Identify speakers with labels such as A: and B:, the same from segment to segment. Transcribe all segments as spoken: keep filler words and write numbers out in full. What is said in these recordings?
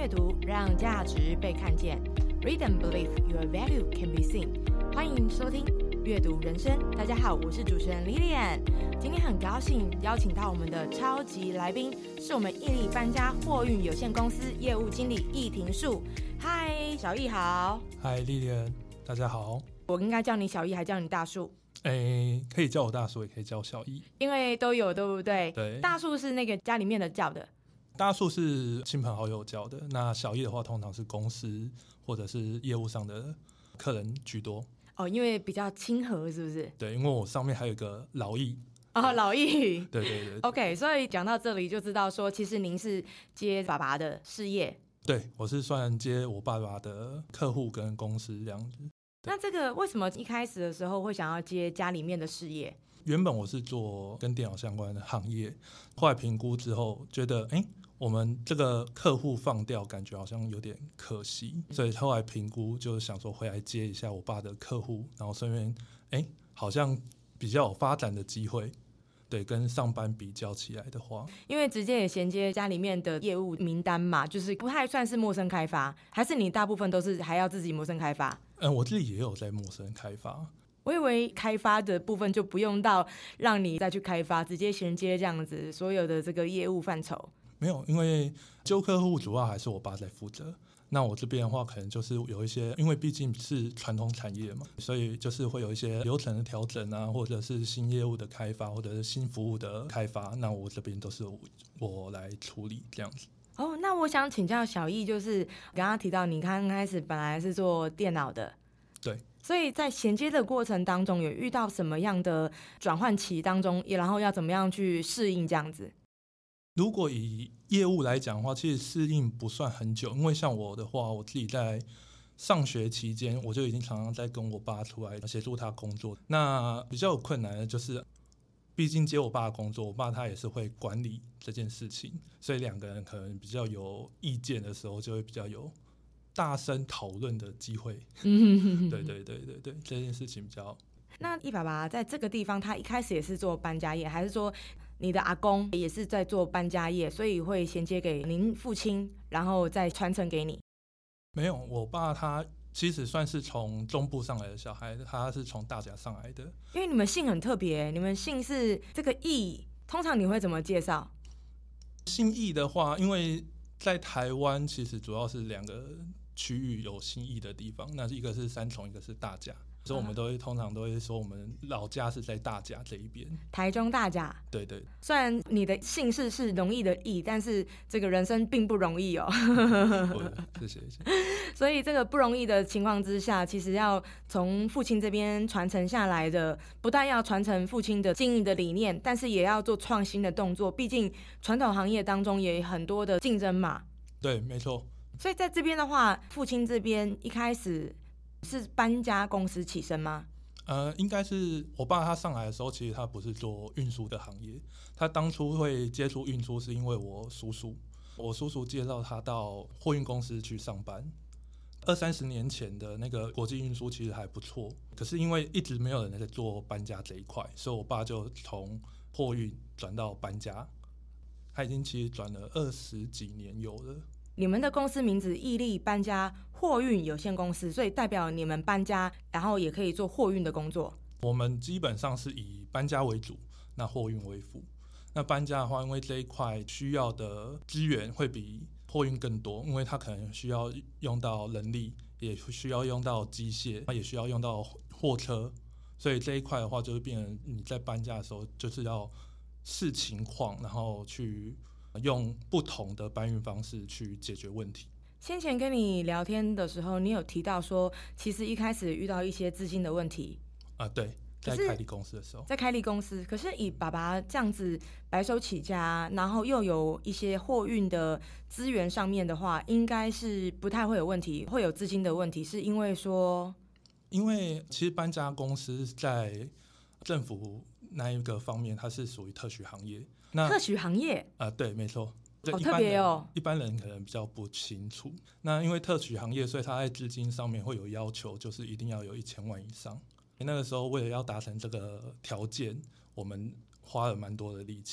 A: 阅读，让价值被看见。Read and believe your value can be seen。欢迎收听阅读人生。大家好，我是主持人 Lilian。今天很高兴邀请到我们的超级来宾，是我们毅力搬家货运有限公司业务经理易庭树。嗨，小易好。
B: 嗨 Lilian， 大家好。
A: 我应该叫你小易，还叫你大树？
B: 诶，可以叫我大树，也可以叫我小易，
A: 因为都有，对不对？
B: 对。
A: 大树是那个家里面的叫的。
B: 大树是亲朋好友叫的，那小易的话通常是公司或者是业务上的客人居多。
A: 哦，因为比较亲和，是不是？
B: 对，因为我上面还有一个老易。
A: 哦，老易。
B: 对对 对, 对
A: OK， 所以讲到这里就知道说，其实您是接爸爸的事业。
B: 对，我是算接我爸爸的客户跟公司这样子。
A: 那这个为什么一开始的时候会想要接家里面的事业？
B: 原本我是做跟电脑相关的行业，后来评估之后觉得哎，我们这个客户放掉感觉好像有点可惜，所以后来评估就是想说回来接一下我爸的客户，然后顺便哎，好像比较有发展的机会。对，跟上班比较起来的话，
A: 因为直接也衔接家里面的业务名单嘛，就是不太算是陌生开发，还是你大部分都是还要自己陌生开发？
B: 嗯，我自己也有在陌生开发。
A: 我以为开发的部分就不用到让你再去开发，直接衔接这样子所有的这个业务范畴。
B: 没有，因为旧客户主要还是我爸在负责。那我这边的话可能就是有一些，因为毕竟是传统产业嘛，所以就是会有一些流程的调整啊，或者是新业务的开发，或者是新服务的开发，那我这边都是 我, 我来处理这样子。
A: 哦，那我想请教小易，就是刚刚提到你刚开始本来是做电脑的，
B: 对，
A: 所以在衔接的过程当中有遇到什么样的转换期当中，然后要怎么样去适应这样子？
B: 如果以业务来讲的话，其实适应不算很久，因为像我的话，我自己在上学期间我就已经常常在跟我爸出来协助他工作。那比较有困难的就是毕竟接我爸的工作，我爸他也是会管理这件事情，所以两个人可能比较有意见的时候就会比较有大声讨论的机会。对对对对对，这件事情比较。
A: 那易爸爸在这个地方他一开始也是做搬家业，还是说你的阿公也是在做搬家业，所以会衔接给您父亲然后再传承给你？
B: 没有，我爸他其实算是从中部上来的小孩，他是从大甲上来的。
A: 因为你们姓很特别，你们姓是这个易，通常你会怎么介绍？
B: 姓易的话，因为在台湾其实主要是两个区域有姓易的地方，那一个是三重，一个是大甲，所以我们都会通常都会说我们老家是在大甲这一边，
A: 台中大甲。
B: 对对，
A: 虽然你的姓氏是容易的易，但是这个人生并不容易哦。
B: 谢谢谢谢。
A: 所以这个不容易的情况之下，其实要从父亲这边传承下来的，不但要传承父亲的经营的理念，但是也要做创新的动作，毕竟传统行业当中也有很多的竞争嘛。
B: 对，没错。
A: 所以在这边的话，父亲这边一开始是搬家公司起身吗？
B: 呃，应该是我爸他上来的时候，其实他不是做运输的行业，他当初会接触运输是因为我叔叔，我叔叔介绍他到货运公司去上班。二三十年前的那个国际运输其实还不错，可是因为一直没有人在做搬家这一块，所以我爸就从货运转到搬家，他已经其实转了二十几年有了。
A: 你们的公司名字毅力搬家货运有限公司，所以代表你们搬家然后也可以做货运的工作。
B: 我们基本上是以搬家为主，那货运为辅。那搬家的话，因为这一块需要的资源会比货运更多，因为它可能需要用到人力，也需要用到机械，也需要用到货车，所以这一块的话就是变成你在搬家的时候就是要视情况，然后去用不同的搬运方式去解决问题。
A: 先前跟你聊天的时候，你有提到说其实一开始遇到一些资金的问题
B: 啊，对，在开立公司的时候，
A: 在开立公司，可是以爸爸这样子白手起家，然后又有一些货运的资源上面的话，应该是不太会有问题，会有资金的问题，是因为说，
B: 因为其实搬家公司在政府那一个方面，它是属于特许行业。那
A: 特许行业
B: 啊、呃，对，没错。
A: 好特别哦，
B: 一般人可能比较不清楚。那因为特许行业，所以它在资金上面会有要求，就是一定要有一千万以上。那个时候为了要达成这个条件，我们花了蛮多的力气。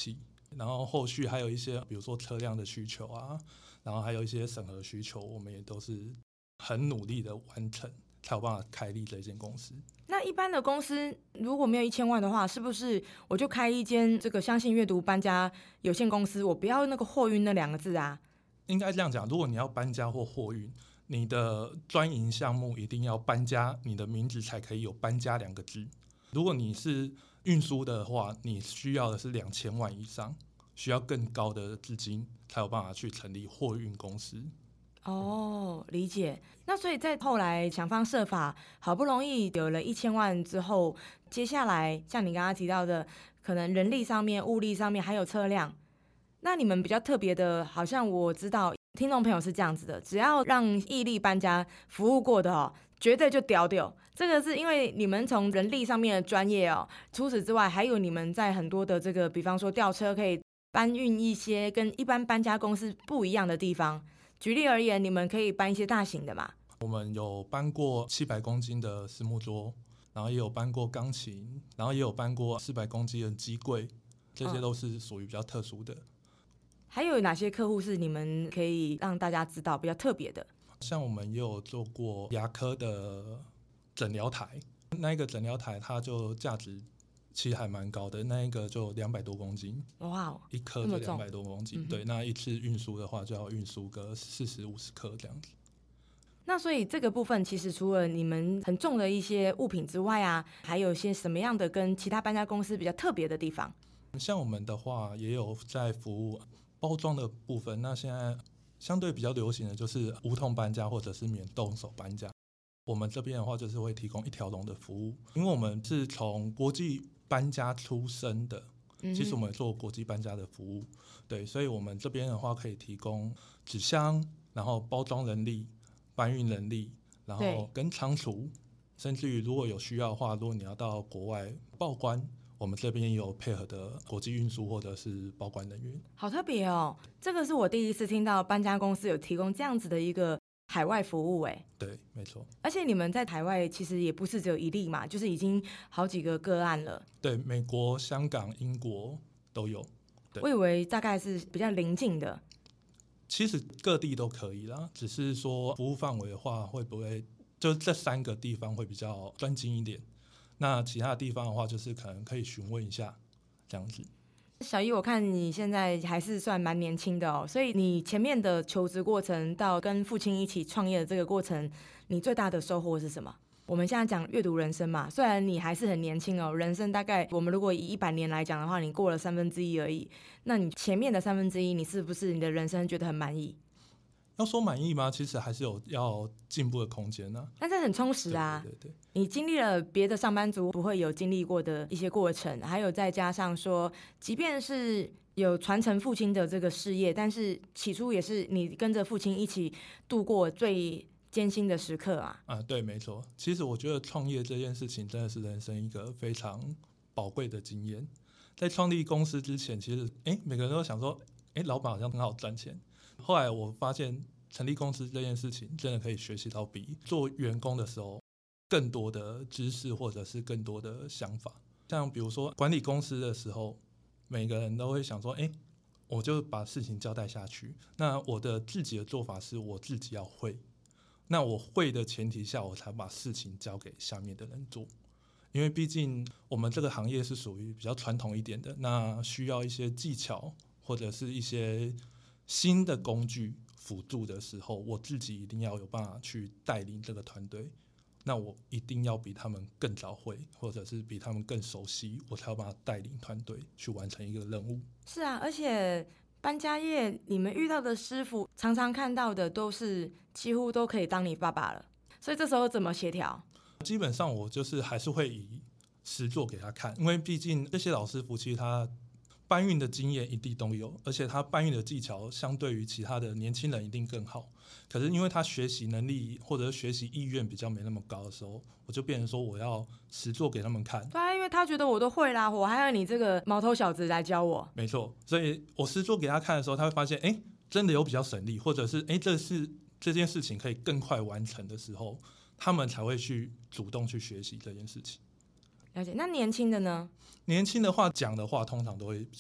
B: 然后后续还有一些比如说车辆的需求啊，然后还有一些审核需求，我们也都是很努力的完成，才有办法开立这间公司。
A: 那一般的公司如果没有一千万的话，是不是我就开一间这个相信阅读搬家有限公司，我不要那个货运那两个字啊？
B: 应该这样讲，如果你要搬家或货运，你的专营项目一定要搬家，你的名字才可以有搬家两个字。如果你是运输的话，你需要的是两千万以上，需要更高的资金才有办法去成立货运公司。
A: 哦，理解。那所以在后来想方设法，好不容易有了一千万之后，接下来像你刚刚提到的，可能人力上面、物力上面还有车辆，那你们比较特别的，好像我知道听众朋友是这样子的，只要让毅力搬家服务过的哦，绝对就屌屌。这个是因为你们从人力上面的专业哦，除此之外，还有你们在很多的这个，比方说吊车可以搬运一些跟一般搬家公司不一样的地方。举例而言，你们可以搬一些大型的嘛？
B: 我们有搬过七百公斤的实木桌，然后也有搬过钢琴，然后也有搬过四百公斤的机柜，这些都是属于比较特殊的。
A: 还有哪些客户是你们可以让大家知道比较特别的？
B: 像我们也有做过牙科的诊疗台，那一个诊疗台它就价值其实还蛮高的，那一个就两百多公斤，
A: 哇，
B: 一颗就两百多公斤，对，那一次运输的话就要运输个四十五十颗这样子。
A: 那所以这个部分其实除了你们很重的一些物品之外啊，还有一些什么样的跟其他搬家公司比较特别的地方？
B: 像我们的话也有在服务包装的部分，那现在相对比较流行的就是无痛搬家或者是免动手搬家。我们这边的话就是会提供一条龙的服务，因为我们是从国际搬家出身的，其实我们做国际搬家的服务，对，所以我们这边的话可以提供纸箱，然后包装人力、搬运人力，然后跟仓储，甚至于如果有需要的话，如果你要到国外报关，我们这边也有配合的国际运输或者是报关人员。
A: 好特别哦，这个是我第一次听到搬家公司有提供这样子的一个海外服务。哎，
B: 对，没错。
A: 而且你们在海外其实也不是只有一例嘛，就是已经好几个个案了。
B: 对，美国、香港、英国都有。
A: 我以为大概是比较邻近的。
B: 其实各地都可以啦，只是说服务范围的话，会不会就这三个地方会比较专精一点？那其他的地方的话，就是可能可以询问一下这样子。
A: 小一，我看你现在还是算蛮年轻的哦，所以你前面的求职过程到跟父亲一起创业的这个过程，你最大的收获是什么？我们现在讲阅读人生嘛，虽然你还是很年轻哦，人生大概我们如果以一百年来讲的话，你过了三分之一而已。那你前面的三分之一，你是不是你的人生觉得很满意？
B: 要说满意吗？其实还是有要进步的空间呢、啊。
A: 但是很充实啊，
B: 对对对对，
A: 你经历了别的上班族不会有经历过的一些过程，还有再加上说，即便是有传承父亲的这个事业，但是起初也是你跟着父亲一起度过最艰辛的时刻啊。
B: 啊，对，没错。其实我觉得创业这件事情真的是人生一个非常宝贵的经验。在创立公司之前，其实哎，每个人都想说，哎，老板好像很好赚钱。后来我发现，成立公司这件事情真的可以学习到比做员工的时候更多的知识，或者是更多的想法。像比如说管理公司的时候，每个人都会想说，哎，我就把事情交代下去。那我的自己的做法是我自己要会。那我会的前提下，我才把事情交给下面的人做。因为毕竟我们这个行业是属于比较传统一点的，那需要一些技巧或者是一些新的工具辅助的时候，我自己一定要有办法去带领这个团队。那我一定要比他们更早会，或者是比他们更熟悉，我才要把他带领团队去完成一个任务。
A: 是啊，而且搬家业你们遇到的师傅，常常看到的都是几乎都可以当你爸爸了，所以这时候怎么协调？
B: 基本上我就是还是会以实作给他看，因为毕竟这些老师傅其实他搬运的经验一定都有，而且他搬运的技巧相对于其他的年轻人一定更好。可是因为他学习能力或者是学习意愿比较没那么高的时候，我就变成说我要实作给他们看。
A: 对啊，因为他觉得我都会啦，我还要你这个毛头小子来教我。
B: 没错，所以我实作给他看的时候，他会发现，哎，真的有比较省力，或者是哎，这是这件事情可以更快完成的时候，他们才会去主动去学习这件事情。
A: 了解。那年轻的呢？
B: 年轻的话讲的话，通常都会比较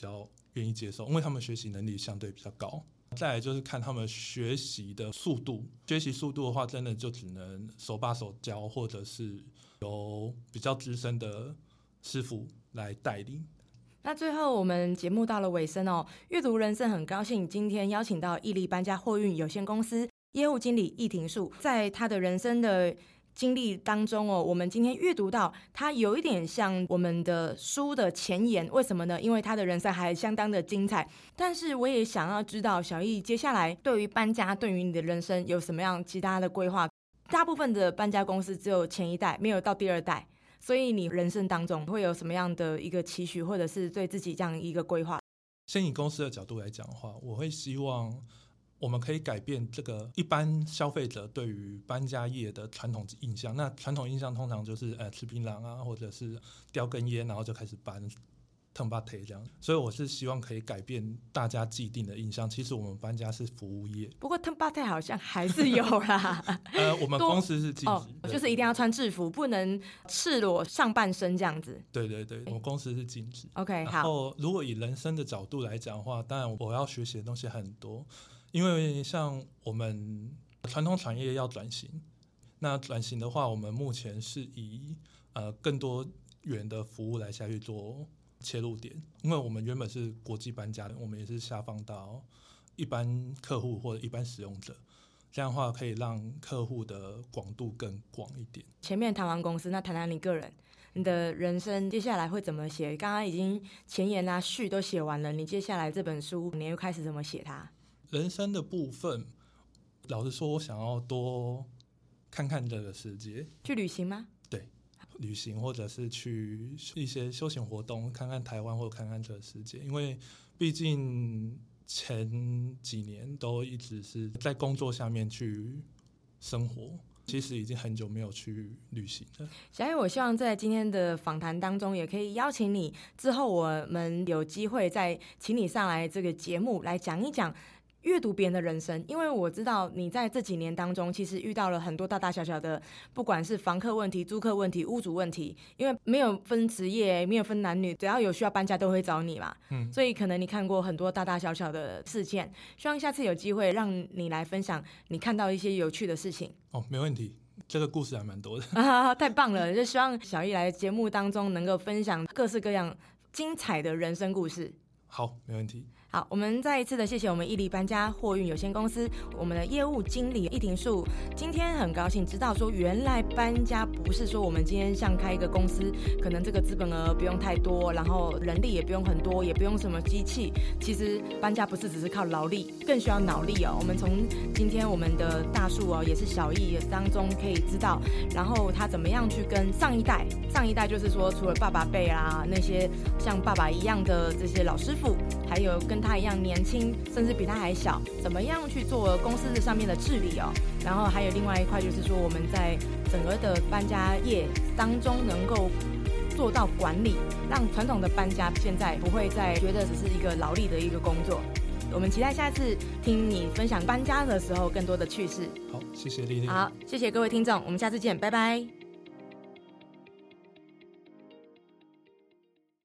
B: 愿意接受，因为他们学习能力相对比较高。再来就是看他们学习的速度，学习速度的话，真的就只能手把手教，或者是由比较资深的师傅来带领。
A: 那最后我们节目到了尾声哦，阅读人生很高兴今天邀请到毅力搬家货运有限公司业务经理易庭树，在他的人生的经历当中哦，我们今天阅读到他有一点像我们的书的前言，为什么呢？因为他的人生还相当的精彩。但是我也想要知道小易接下来对于搬家，对于你的人生有什么样其他的规划？大部分的搬家公司只有前一代，没有到第二代，所以你人生当中会有什么样的一个期许，或者是对自己这样一个规划？
B: 先以公司的角度来讲的话，我会希望我们可以改变这个一般消费者对于搬家业的传统印象。那传统印象通常就是呃吃槟榔啊，或者是叼根烟，然后就开始搬腾巴腿这样。所以我是希望可以改变大家既定的印象。其实我们搬家是服务业，
A: 不过腾巴腿好像还是有啦。
B: 呃，我们公司是禁止、哦，
A: 就是一定要穿制服，不能赤裸上半身这样子。
B: 对对对，我们公司是禁止。
A: OK， 好。
B: 然后如果以人生的角度来讲的话，当然我要学习的东西很多。因为像我们传统产业要转型，那转型的话，我们目前是以呃更多元的服务来下去做切入点。因为我们原本是国际搬家的，我们也是下放到一般客户或者一般使用者，这样的话可以让客户的广度更广一点。
A: 前面谈完公司，那谈谈你个人，你的人生接下来会怎么写？刚刚已经前言啊序都写完了，你接下来这本书你又开始怎么写它？
B: 人生的部分，老实说，我想要多看看这个世界。
A: 去旅行吗？
B: 对，旅行或者是去一些休闲活动，看看台湾或者看看这个世界。因为毕竟前几年都一直是在工作下面去生活，其实已经很久没有去旅行了。
A: 小易，我希望在今天的访谈当中也可以邀请你，之后我们有机会再请你上来这个节目来讲一讲阅读别人的人生。因为我知道你在这几年当中其实遇到了很多大大小小的，不管是房客问题、租客问题、屋主问题，因为没有分职业，没有分男女，只要有需要搬家都会找你嘛。嗯，所以可能你看过很多大大小小的事件，希望下次有机会让你来分享你看到一些有趣的事情。
B: 哦，没问题，这个故事还蛮多的
A: 啊，太棒了！就希望小易来节目当中能够分享各式各样精彩的人生故事。
B: 好，没问题。
A: 好，我们再一次的谢谢我们毅力搬家货运有限公司我们的业务经理易庭树。今天很高兴知道说，原来搬家不是说我们今天像开一个公司，可能这个资本额不用太多，然后人力也不用很多，也不用什么机器。其实搬家不是只是靠劳力，更需要脑力哦。我们从今天我们的大树哦，也是小易当中可以知道，然后他怎么样去跟上一代，上一代就是说除了爸爸辈啦，那些像爸爸一样的这些老师傅，还有跟他一样年轻，甚至比他还小，怎么样去做公司上面的治理哦？然后还有另外一块就是说，我们在整个的搬家业当中能够做到管理，让传统的搬家现在不会再觉得只是一个劳力的一个工作。我们期待下次听你分享搬家的时候更多的趣事。
B: 好，谢谢丽丽。
A: 好，谢谢各位听众，我们下次见，拜拜。